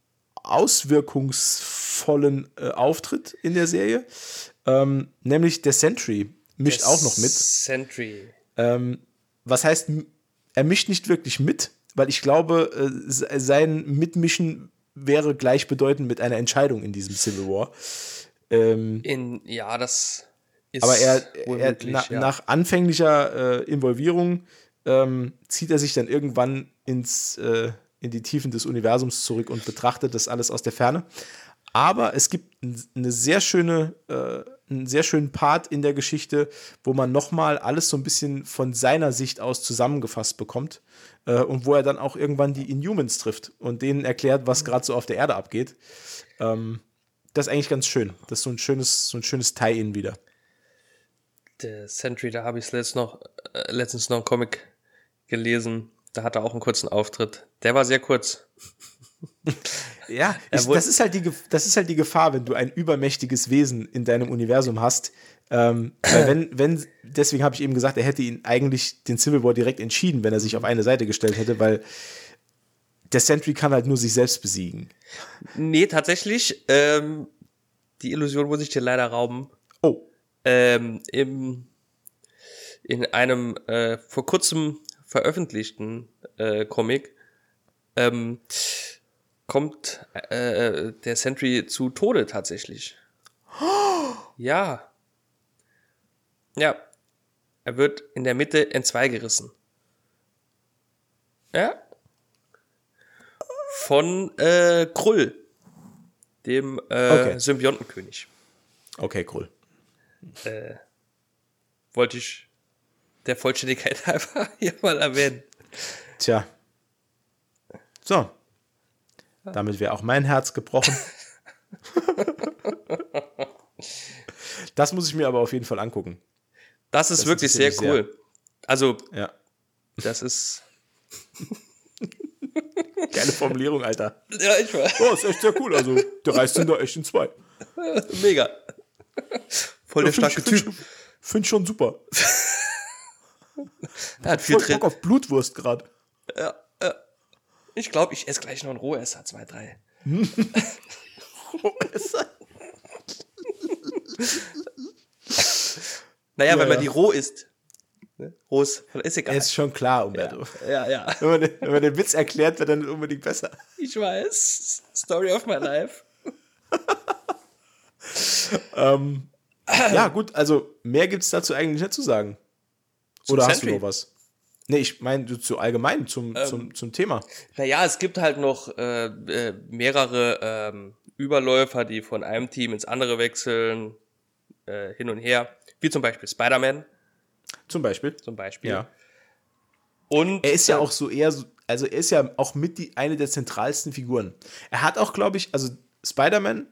auswirkungsvollen äh, Auftritt in der Serie. Ähm, nämlich der Sentry mischt Der auch noch mit. Sentry. Ähm, was heißt, er mischt nicht wirklich mit, weil ich glaube, äh, sein Mitmischen wäre gleichbedeutend mit einer Entscheidung in diesem Civil War. Ähm, In, ja, das ist aber er, wohl er möglich, na, ja. nach anfänglicher äh, Involvierung ähm, zieht er sich dann irgendwann ins, äh, in die Tiefen des Universums zurück und betrachtet das alles aus der Ferne. Aber es gibt n- eine sehr schöne, äh, einen sehr schönen Part in der Geschichte, wo man nochmal alles so ein bisschen von seiner Sicht aus zusammengefasst bekommt äh, und wo er dann auch irgendwann die Inhumans trifft und denen erklärt, was gerade so auf der Erde abgeht. Ähm, das ist eigentlich ganz schön. Das ist so ein schönes, so ein schönes Tie-In wieder. Der Sentry, da habe ich letztens noch, äh, letztens noch einen Comic gelesen. Da hat er auch einen kurzen Auftritt. Der war sehr kurz. Ja, ich, wurde- das, ist halt die, Gef- das ist halt die Gefahr, wenn du ein übermächtiges Wesen in deinem Universum hast. Ähm, weil wenn, wenn, deswegen habe ich eben gesagt, er hätte ihn eigentlich den Civil War direkt entschieden, wenn er sich auf eine Seite gestellt hätte, weil der Sentry kann halt nur sich selbst besiegen. Nee, tatsächlich, ähm, die Illusion muss ich dir leider rauben. Oh, Ähm, im, in einem äh, vor kurzem veröffentlichten äh, Comic ähm, kommt äh, der Sentry zu Tode tatsächlich. Ja. Ja. Er wird in der Mitte entzweigerissen. Ja. Von äh, Krull, dem äh, Okay. Symbiontenkönig. okay, cool. Wollte ich der Vollständigkeit halber hier mal erwähnen. Tja. So. Damit wäre auch mein Herz gebrochen. Das muss ich mir aber auf jeden Fall angucken. Das ist Das wirklich sehr interessiert mich cool. Also, Ja. das ist. Geile Formulierung, Alter. Ja, ich weiß. Oh, ist echt sehr cool. Also, der reißt ihn da echt in zwei. Mega. Voll der Finde starke ich, find Typ. ich, find schon super. Er hat viel Voll drin. Bock auf Blutwurst gerade. Ja, ja. Ich glaube, ich esse gleich noch einen Rohesser, zwei, drei. Naja, Ja, wenn man ja. die roh isst. Ne? Roh ist, ist egal. Ist schon klar, Umberto. Ja, ja. Wenn, man den, wenn man den Witz erklärt, wird dann nicht unbedingt besser. Ich weiß. Story of my life. Ähm, ja, gut, also mehr gibt es dazu eigentlich nicht zu sagen. Oder hast du Sentry? noch was? Nee, ich meine zu allgemein, zum, zum, zum Thema. Naja, es gibt halt noch äh, äh, mehrere ähm, Überläufer, die von einem Team ins andere wechseln, äh, hin und her. Wie zum Beispiel Spider-Man, Zum Beispiel. zum Beispiel. Ja. Und Er ist ja äh, auch so eher, so, also er ist ja auch mit die, eine der zentralsten Figuren. Er hat auch, glaube ich, also Spider-Man,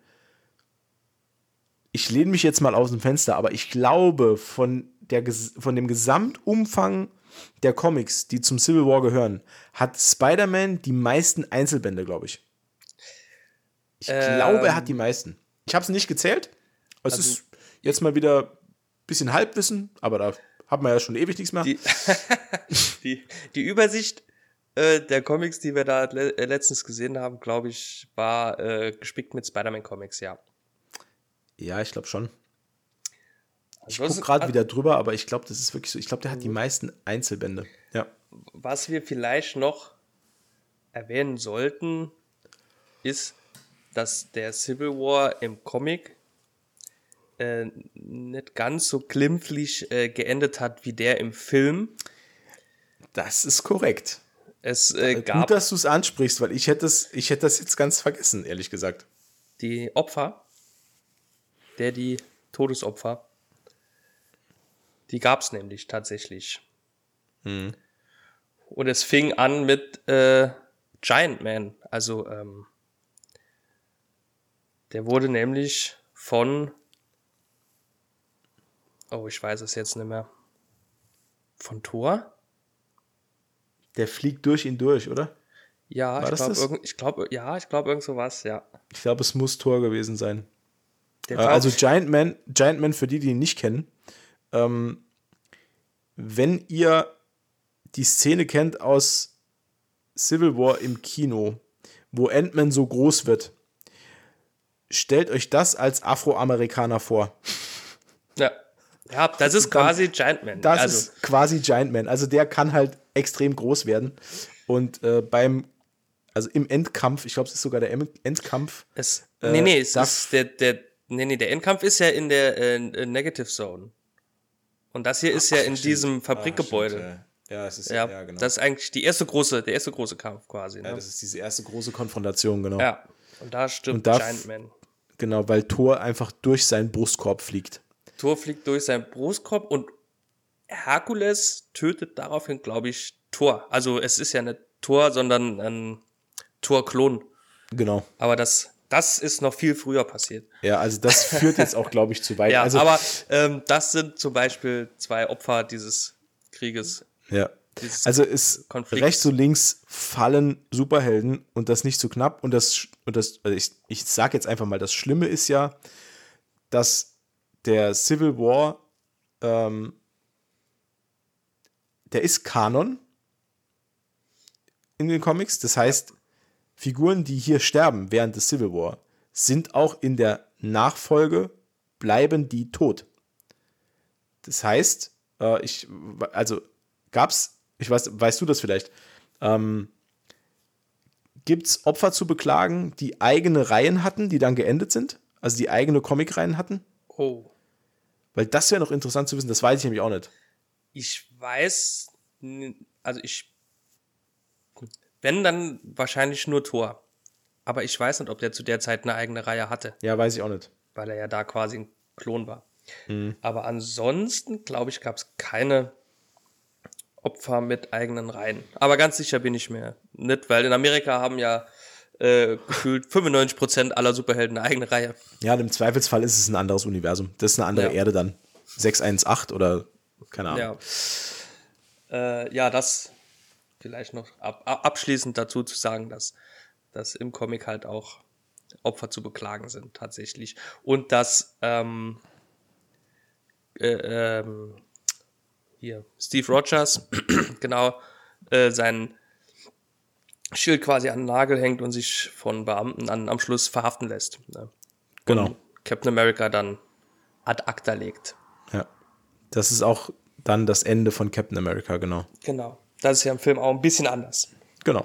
ich lehne mich jetzt mal aus dem Fenster, aber ich glaube, von, der, Ges- von dem Gesamtumfang der Comics, die zum Civil War gehören, hat Spider-Man die meisten Einzelbände, glaube ich. Ich Ähm, glaube, er hat die meisten. Ich habe es nicht gezählt. Es Also- ist jetzt mal wieder ein bisschen Halbwissen, aber da hat man ja schon ewig nichts mehr. die, die, die Übersicht äh, der Comics, die wir da le- äh, letztens gesehen haben, glaube ich, war äh, gespickt mit Spider-Man-Comics, ja. Ja, ich glaube schon. Ich Ansonsten gucke gerade hat- wieder drüber, aber ich glaube, das ist wirklich so. Ich glaube, der hat die meisten Einzelbände. Ja. Was wir vielleicht noch erwähnen sollten, ist, dass der Civil War im Comic äh, nicht ganz so glimpflich äh, geendet hat wie der im Film. Das ist korrekt. Es äh, Gut, gab dass du es ansprichst, weil ich hätte das, ich hätte das jetzt ganz vergessen, ehrlich gesagt. die Opfer, der die Todesopfer, die gab es nämlich tatsächlich. Hm. Und es fing an mit äh, Giant Man. Also ähm, der wurde nämlich von, oh, ich weiß es jetzt nicht mehr, von Thor? Der fliegt durch ihn durch, oder? Ja, War ich das glaube, das? irgend, ich glaube, ja, ich glaube irgend sowas, ja. Ich glaube, es muss Thor gewesen sein. Der Äh, glaub- also Giant Man, Giant Man, für die, die ihn nicht kennen, ähm, wenn ihr die Szene kennt aus Civil War im Kino, wo Ant-Man so groß wird, stellt euch das als Afroamerikaner vor. ja. Ja, das ist Dann- quasi Giant Man. Das also, ist quasi Giant Man. Also der kann halt extrem groß werden. Und äh, beim, also im Endkampf, ich glaube, es ist sogar der Em- Endkampf. es, äh, nee, nee, es darf- ist der, der, nee, nee, der Endkampf ist ja in der äh, Negative Zone. Und das hier ist ja in diesem Fabrikgebäude. Ja, es ist Ja, das ist eigentlich die erste große, der erste große Kampf quasi. Ne? Ja, das ist diese erste große Konfrontation, genau. Ja, und da stirbt Und da- Giant Man. Genau, weil Thor einfach durch seinen Brustkorb fliegt. Thor fliegt durch seinen Brustkorb und Herkules tötet daraufhin, glaube ich, Thor. Also es ist ja nicht Thor, sondern ein Thor-Klon. Genau. Aber das, das ist noch viel früher passiert. Ja, also das führt jetzt auch, glaube ich, zu weit. Ja, also, aber ähm, das sind zum Beispiel zwei Opfer dieses Krieges. ja. Dieses Also es Konflikts. rechts und links fallen Superhelden und das nicht zu knapp. Und das, und das also ich, ich sage jetzt einfach mal, das Schlimme ist ja, dass der Civil War, ähm, der ist Kanon in den Comics. Das heißt, Figuren, die hier sterben während des Civil War, sind auch in der Nachfolge, bleiben die tot. Das heißt, äh, ich, also gab's, ich weiß, weißt du das vielleicht, ähm, gibt's Opfer zu beklagen, die eigene Reihen hatten, die dann geendet sind? Also die eigene Comic-Reihen hatten? Oh. Weil das wäre noch interessant zu wissen, das weiß ich nämlich auch nicht. Ich weiß, n- also ich, wenn, dann wahrscheinlich nur Thor. Aber ich weiß nicht, ob der zu der Zeit eine eigene Reihe hatte, Ja, weiß ich auch nicht. weil er ja da quasi ein Klon war. Mhm. Aber ansonsten, glaube ich, gab es keine Opfer mit eigenen Reihen. Aber ganz sicher bin ich mir nicht, weil in Amerika haben ja äh, gefühlt fünfundneunzig Prozent aller Superhelden eine eigene Reihe. Ja, und im Zweifelsfall ist es ein anderes Universum. Das ist eine andere Ja. Erde dann. sechs eins acht oder keine Ahnung. Ja, äh, ja das vielleicht noch ab, ab, abschließend dazu zu sagen, dass, dass im Comic halt auch Opfer zu beklagen sind tatsächlich. Und dass ähm, äh, ähm, hier Steve Rogers genau äh, sein Schild quasi an den Nagel hängt und sich von Beamten an, am Schluss verhaften lässt. Ne? Genau. Und Captain America dann ad acta legt. Ja. Das ist auch dann das Ende von Captain America, genau. Genau. Das ist ja im Film auch ein bisschen anders. Genau.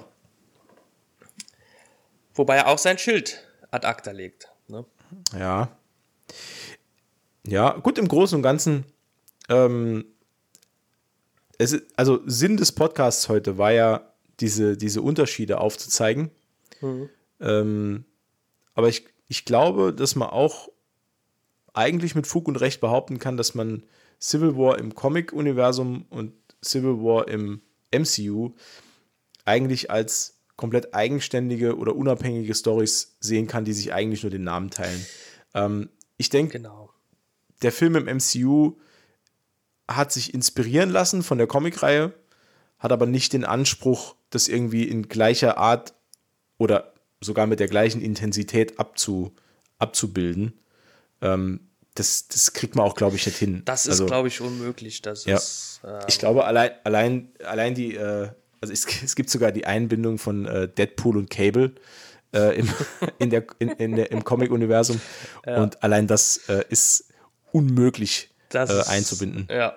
Wobei er auch sein Schild ad acta legt. Ne? Ja. Ja, gut, im Großen und Ganzen, ähm, es ist, also Sinn des Podcasts heute war ja, diese, diese Unterschiede aufzuzeigen. Mhm. Ähm, aber ich, ich glaube, dass man auch eigentlich mit Fug und Recht behaupten kann, dass man Civil War im Comic-Universum und Civil War im M C U eigentlich als komplett eigenständige oder unabhängige Storys sehen kann, die sich eigentlich nur den Namen teilen. Ähm, ich denke, Genau. der Film im M C U hat sich inspirieren lassen von der Comicreihe, hat aber nicht den Anspruch, das irgendwie in gleicher Art oder sogar mit der gleichen Intensität abzu, abzubilden. Ähm, das, das kriegt man auch, glaube ich, nicht hin. Das ist, Also, glaube ich, unmöglich. Das ja. ist, äh, ich glaube, allein, allein, allein die, äh, Also es, es gibt sogar die Einbindung von äh, Deadpool und Cable äh, im, in der, in, in der, im Comic-Universum. Ja. Und allein das äh, ist unmöglich das äh, ist, einzubinden. Ja.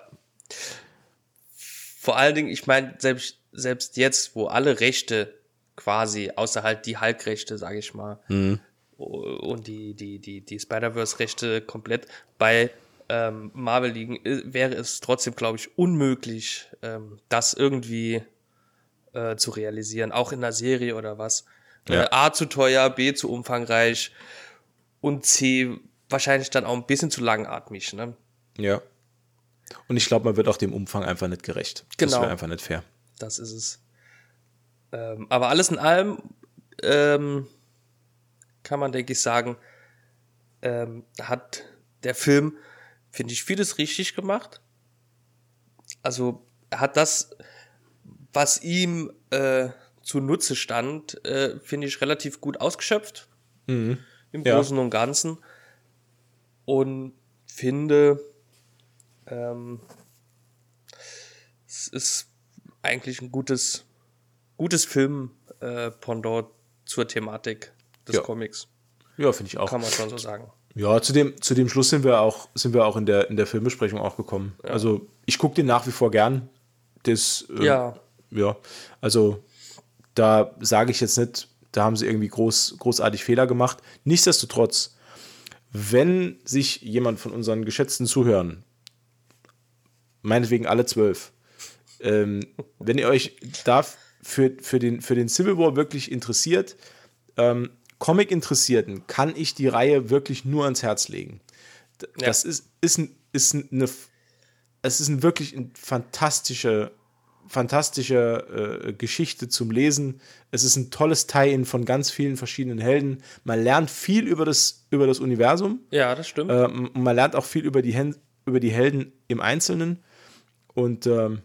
Vor allen Dingen, ich meine, selbst, selbst jetzt, wo alle Rechte quasi, außer halt die Hulk-Rechte, sage ich mal, mhm. und die, die, die, die Spider-Verse-Rechte komplett bei ähm, Marvel liegen, wäre es trotzdem, glaube ich, unmöglich, ähm, das irgendwie äh, zu realisieren, auch in einer Serie oder was. Ja. Äh, A, zu teuer, B, zu umfangreich und C, wahrscheinlich dann auch ein bisschen zu langatmig, ne? Ja. Und ich glaube, man wird auch dem Umfang einfach nicht gerecht. Genau. Das wäre einfach nicht fair. Das ist es. Ähm, aber alles in allem ähm, kann man, denke ich, sagen, ähm, hat der Film, finde ich, vieles richtig gemacht. Also er hat das, was ihm äh, zunutze stand, äh, finde ich, relativ gut ausgeschöpft. Mhm. Im Ja. Großen und Ganzen. Und finde, ähm, es ist eigentlich ein gutes, gutes Film-Pendant äh, zur Thematik des ja. Comics. Ja, finde ich auch. Kann man schon so sagen. Ja, zu dem, zu dem Schluss sind wir auch, sind wir auch in der, in der Filmbesprechung auch gekommen. Ja. Also ich gucke den nach wie vor gern. Das, äh, ja. Ja, also da sage ich jetzt nicht, da haben sie irgendwie groß, großartig Fehler gemacht. Nichtsdestotrotz, wenn sich jemand von unseren geschätzten Zuhörern, meinetwegen alle zwölf, ähm, wenn ihr euch da für, für, den, für den Civil War wirklich interessiert, ähm, Comic-Interessierten kann ich die Reihe wirklich nur ans Herz legen. Das ja. ist, ist, ein, ist eine, es ist ein wirklich eine fantastische, fantastische äh, Geschichte zum Lesen. Es ist ein tolles Tie-In von ganz vielen verschiedenen Helden. Man lernt viel über das, über das Universum. Ja, das stimmt. Ähm, man lernt auch viel über die, Hen- über die Helden im Einzelnen. Und ähm,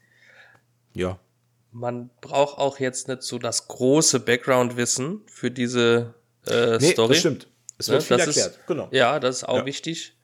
ja. Man braucht auch jetzt nicht so das große Background-Wissen für diese äh, nee, Story. Das stimmt. Es wird ne? viel das erklärt. Ist, genau. Ja, das ist auch ja. wichtig.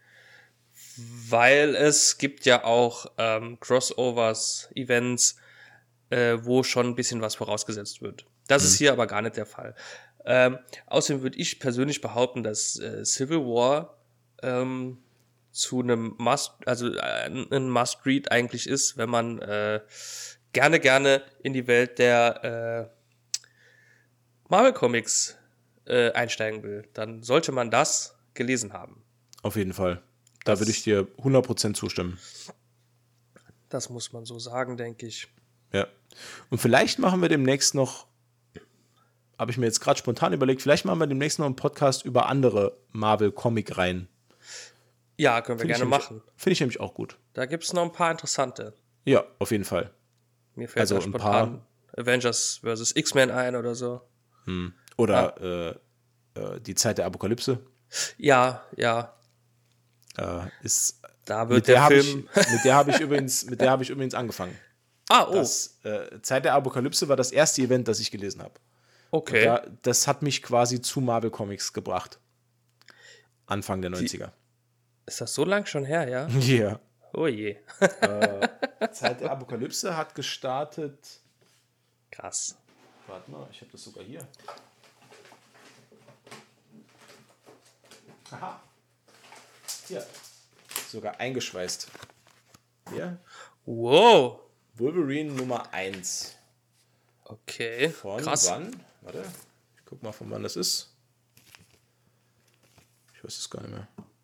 Weil es gibt ja auch ähm, Crossovers, Events, äh, wo schon ein bisschen was vorausgesetzt wird. Das mhm. ist hier aber gar nicht der Fall. Ähm, außerdem würde ich persönlich behaupten, dass äh, Civil War ähm, zu einem Must, also äh, ein Must-Read eigentlich ist, wenn man äh, gerne, gerne in die Welt der äh, Marvel-Comics äh, einsteigen will. Dann sollte man das gelesen haben. Auf jeden Fall. Da würde ich dir hundert Prozent zustimmen. Das muss man so sagen, denke ich. Ja. Und vielleicht machen wir demnächst noch, habe ich mir jetzt gerade spontan überlegt, vielleicht machen wir demnächst noch einen Podcast über andere Marvel-Comic-Reihen. Ja, können wir Find gerne machen. Finde ich nämlich auch gut. Da gibt es noch ein paar interessante. Ja, auf jeden Fall. Mir fällt also da spontan Avengers versus X-Men ein oder so. Hm. Oder ja. äh, äh, die Zeit der Apokalypse. Ja, ja. Äh, ist, da wird der, der Film. Ich, mit der habe ich übrigens, mit der habe ich übrigens angefangen. Ah, oh. Das, äh, Zeit der Apokalypse war das erste Event, das ich gelesen habe. Okay. Da, das hat mich quasi zu Marvel Comics gebracht. Anfang der neunziger. Die, ist das so lang schon her, ja? Ja. Yeah. Oh je. äh, Zeit der Apokalypse hat gestartet. Krass. Warte mal, ich habe das sogar hier. Aha. Hier. Sogar eingeschweißt. Hier. Wow. Wolverine Nummer eins. Okay. Von krass. wann? Warte. Ich guck mal, von wann das ist. Ich weiß es gar nicht mehr.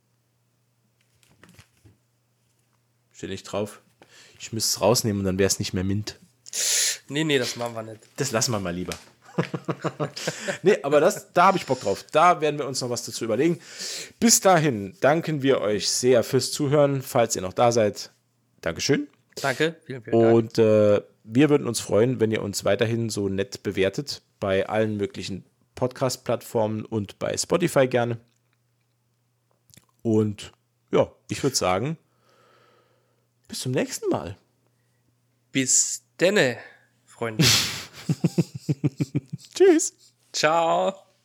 Steht nicht drauf. Ich müsste es rausnehmen und dann wäre es nicht mehr Mint. Nee, nee, das machen wir nicht. Das lassen wir mal lieber. Nee, aber das, da habe ich Bock drauf. Da werden wir uns noch was dazu überlegen. Bis dahin danken wir euch sehr fürs Zuhören. Falls ihr noch da seid, Dankeschön. Danke, vielen, vielen Dank. Und äh, wir würden uns freuen, wenn ihr uns weiterhin so nett bewertet. Bei allen möglichen Podcast-Plattformen und bei Spotify gerne. Und ja, ich würde sagen, bis zum nächsten Mal. Bis denne, Freunde. Tschüss. Ciao.